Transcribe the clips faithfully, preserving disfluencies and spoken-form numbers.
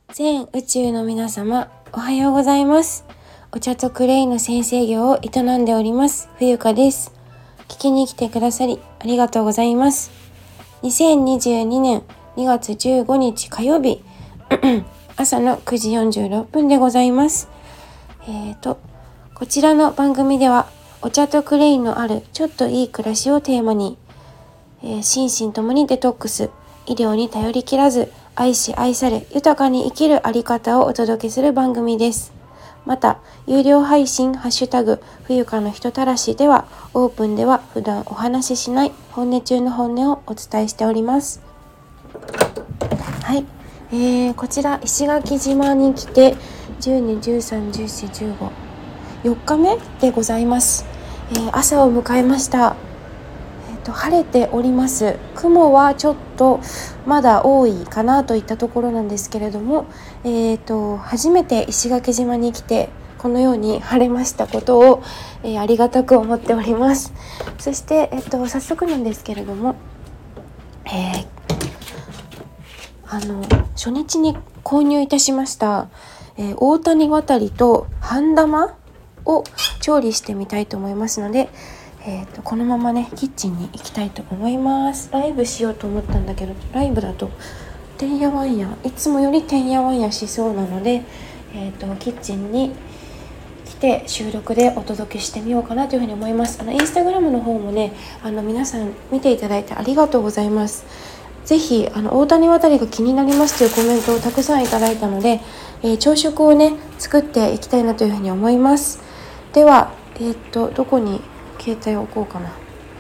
全宇宙の皆様、おはようございます。お茶とクレイの先生業を営んでおります冬香です。聞きに来てくださりありがとうございます。にせんにじゅうにねんにがつじゅうごにち火曜日朝のくじよんじゅうろっぷんでございます。えーとこちらの番組ではお茶とクレイのあるちょっといい暮らしをテーマに、えー、心身ともにデトックス、医療に頼り切らず愛し愛され豊かに生きるあり方をお届けする番組です。また有料配信ハッシュタグ冬香の人たらしではオープンでは普段お話ししない本音中の本音をお伝えしております。はい、えー、こちら石垣島に来てじゅうに、じゅうさん、じゅうよん、じゅうご、よっかめでございます。えー、朝を迎えました。えーと、晴れております。雲はちょっとまだ多いかなといったところなんですけれども、えーと、初めて石垣島に来てこのように晴れましたことを、えー、ありがたく思っております。そして、えーと、早速なんですけれども、えー、あの初日に購入いたしました、えー、大谷渡りと半玉を調理してみたいと思いますので、えー、とこのままねキッチンに行きたいと思います。ライブしようと思ったんだけどライブだとてんやわんやいつもよりてんやわんやしそうなので、えー、とキッチンに来て収録でお届けしてみようかなというふうに思います。あのインスタグラムの方もねあの皆さん見ていただいてありがとうございます。ぜひあの大谷渡りが気になりますというコメントをたくさんいただいたので、えー、朝食をね作っていきたいなというふうに思います。では、えー、とどこに携帯を置こうかな。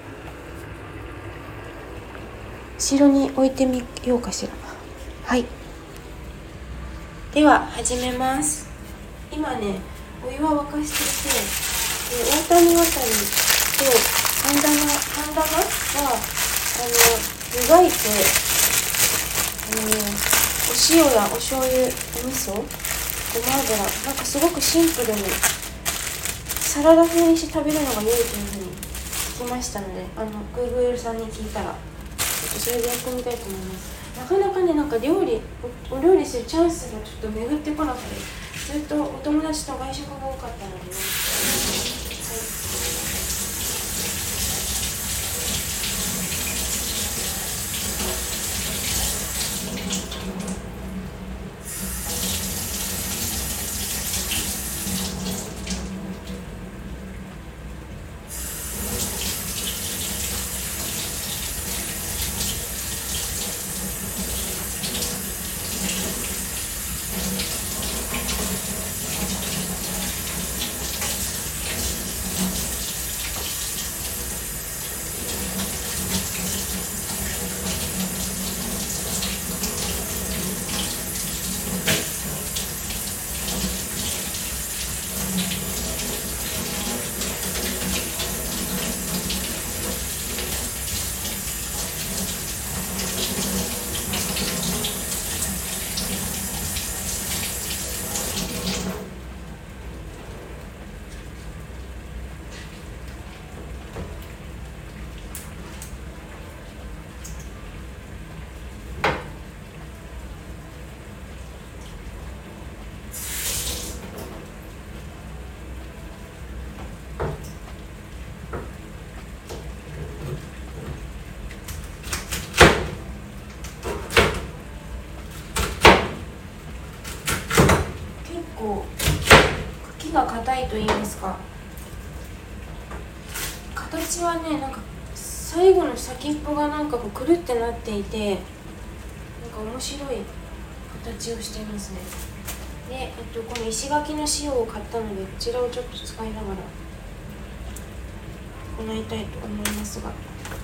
後ろに置いてみようかしら。はい、では始めます。今ねお湯は沸かしていて、大谷渡りと半玉半玉はあの湯がいて、あのお塩やお醤油、お味噌、ごま油、なんかすごくシンプルにサラダ風にして食べるのが良いというふうに聞きましたので、あの Google さんに聞いたらちょっとそれでやってみたいと思います。なかなかねなんか料理お、お料理するチャンスがちょっと巡ってこなくて、ずっとお友達と外食が多かったのでね、茎が硬いと言いますか、形はねなんか最後の先っぽがなんかこうくるってなっていて、なんか面白い形をしていますね。で、えっと、この石垣の塩を買ったのでこちらをちょっと使いながら行いたいと思いますが、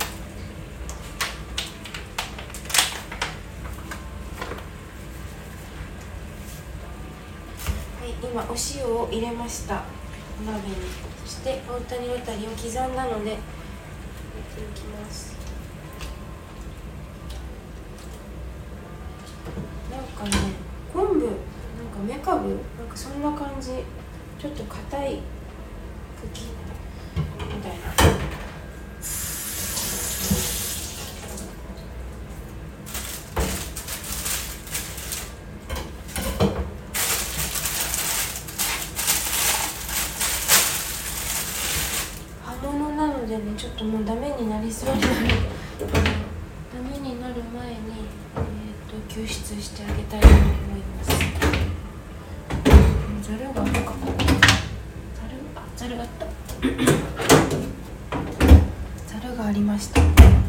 今お塩を入れました。お鍋に。そして大谷渡りを刻んだので入れていきます。なんかね昆布、なんかめかぶ、なんかそんな感じ、ちょっと硬い茎みたいな。 ダメになる前に、えー、と救出してあげたいと思います。ざるがあるかな。ざるあざるがあったざるがありました。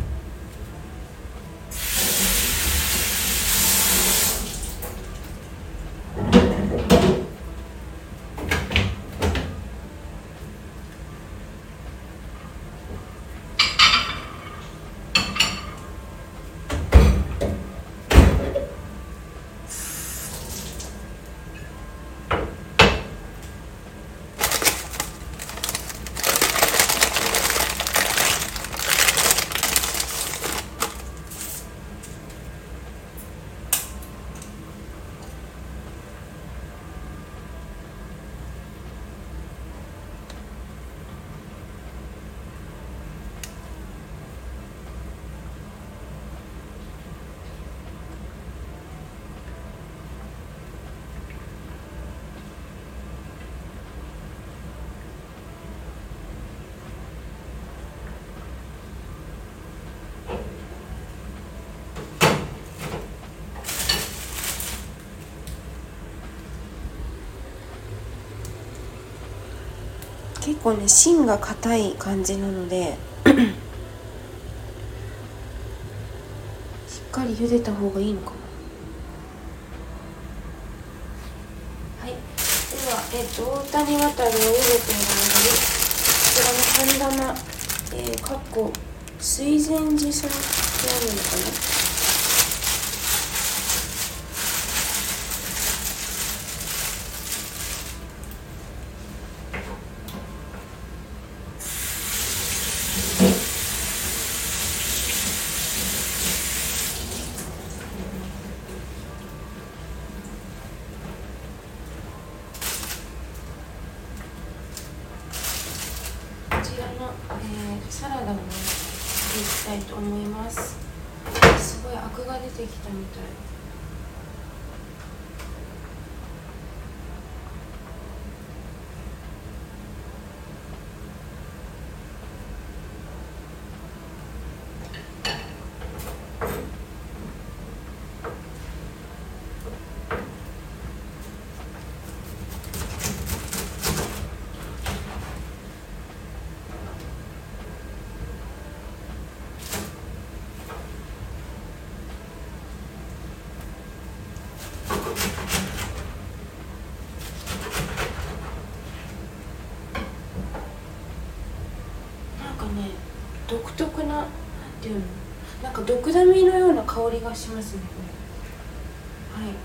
結構ね芯が硬い感じなのでしっかり茹でた方がいいのかな。はい、では、えー、と大谷渡りを茹でている間にこちらの半玉、えー、かっこ水前寺さんってあるのかな。えー、サラダをねしていきたいと思います。すごいアクが出てきたみたい。独特な、なんていうの、なんか毒ダミのような香りがしますね、これ。はい。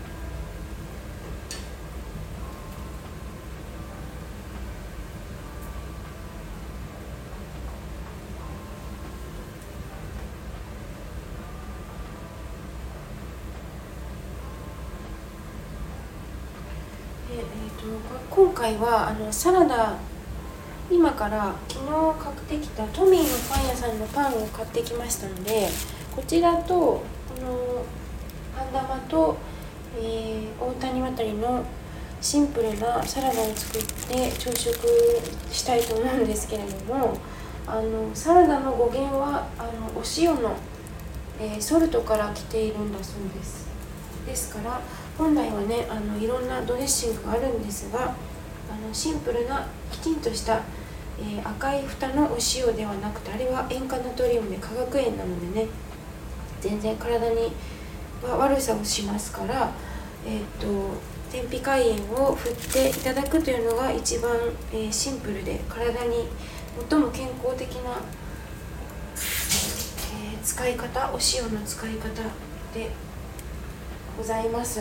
で、えーと、今回はあのサラダ、今から昨日買ってきたトミーのパン屋さんのパンを買ってきましたので、こちらとこの半玉と、えー、大谷渡りのシンプルなサラダを作って朝食したいと思うんですけれども、あのサラダの語源はあのお塩の、えー、ソルトから来ているんだそうです。ですから本来はね、あのいろんなドレッシングがあるんですが、あのシンプルなきちんとした、えー、赤い蓋のお塩ではなくて、あれは塩化ナトリウムで化学塩なのでね、全然体には悪さをしますから、えー、と天日海塩を振っていただくというのが一番、えー、シンプルで体に最も健康的な、えー、使い方、お塩の使い方でございます。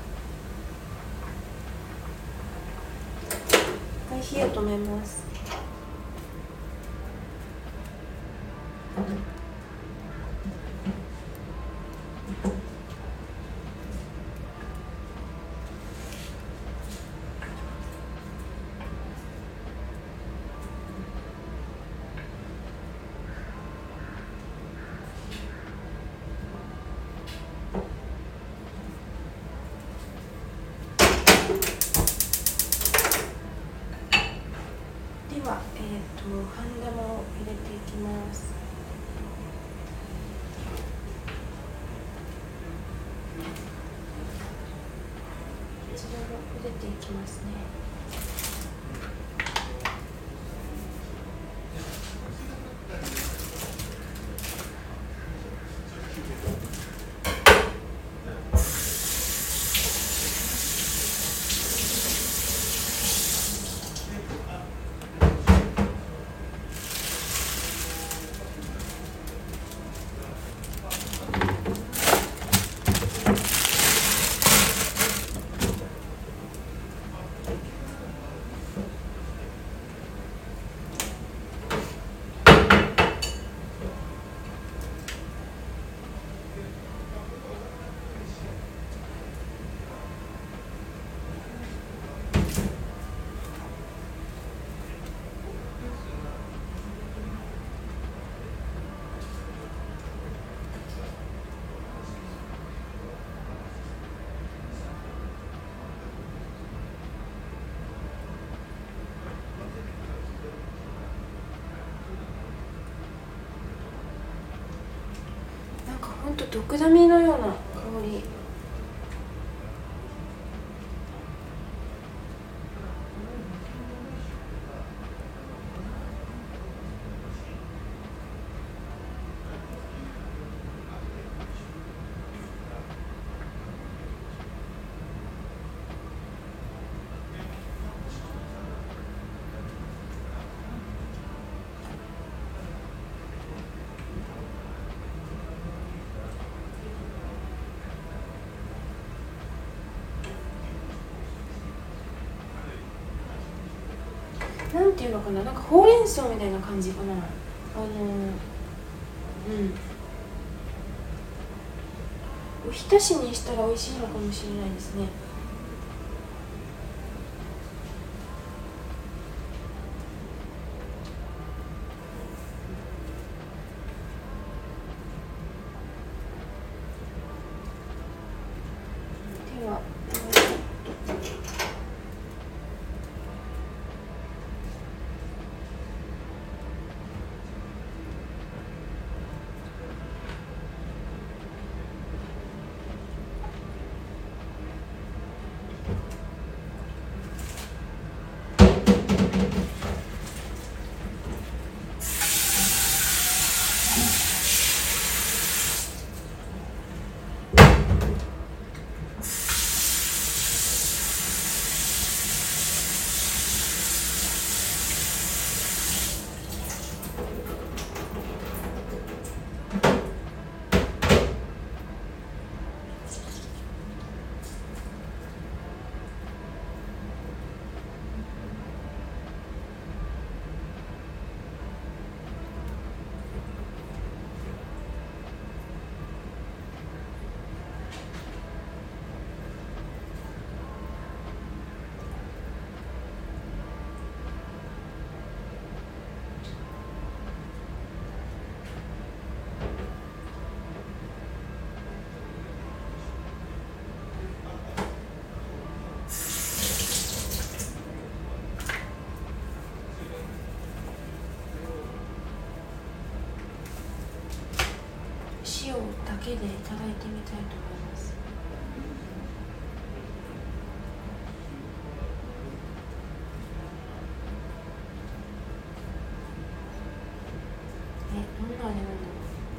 一回火を止めます。では、えーと、半玉を入れていきます。 ていきますね。ほんと毒ダミのような香り。なんていうのかな、なんかほうれん草みたいな感じかな。あのうんおひたしにしたら美味しいのかもしれないですね。では塩だけでいただいてみたいと思います。え、どんな味なんだろう。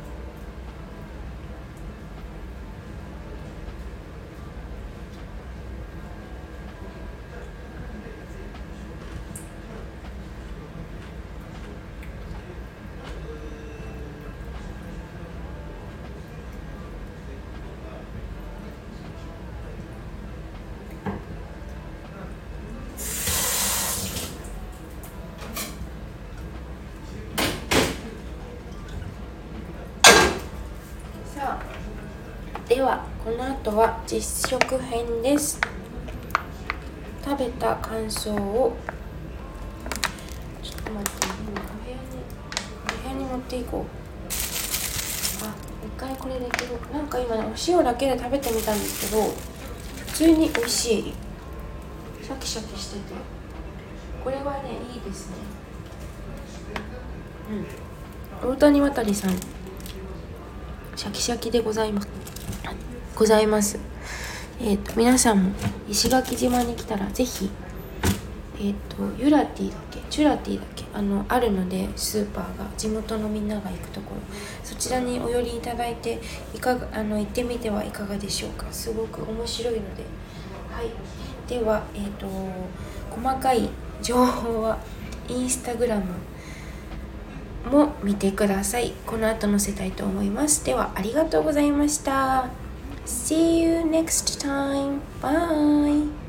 ではこの後は実食編です。食べた感想をちょっと待って、今お部屋にお部屋に持っていこう。あ、一回これできる。なんか今ね、お塩だけで食べてみたんですけど普通に美味しい。シャキシャキしててこれはねいいですね。うん、大谷渡さんシャキシャキでございますございます。 えっと皆さんも石垣島に来たらぜひえっとユラティだっけチュラティだっけあのあるので、スーパーが地元のみんなが行くところ、そちらにお寄りいただいていかがあの行ってみてはいかがでしょうか。すごく面白いので、はい。では、えっと細かい情報はインスタグラムも見てください。この後載せたいと思います。ではありがとうございました。See you next time. Bye.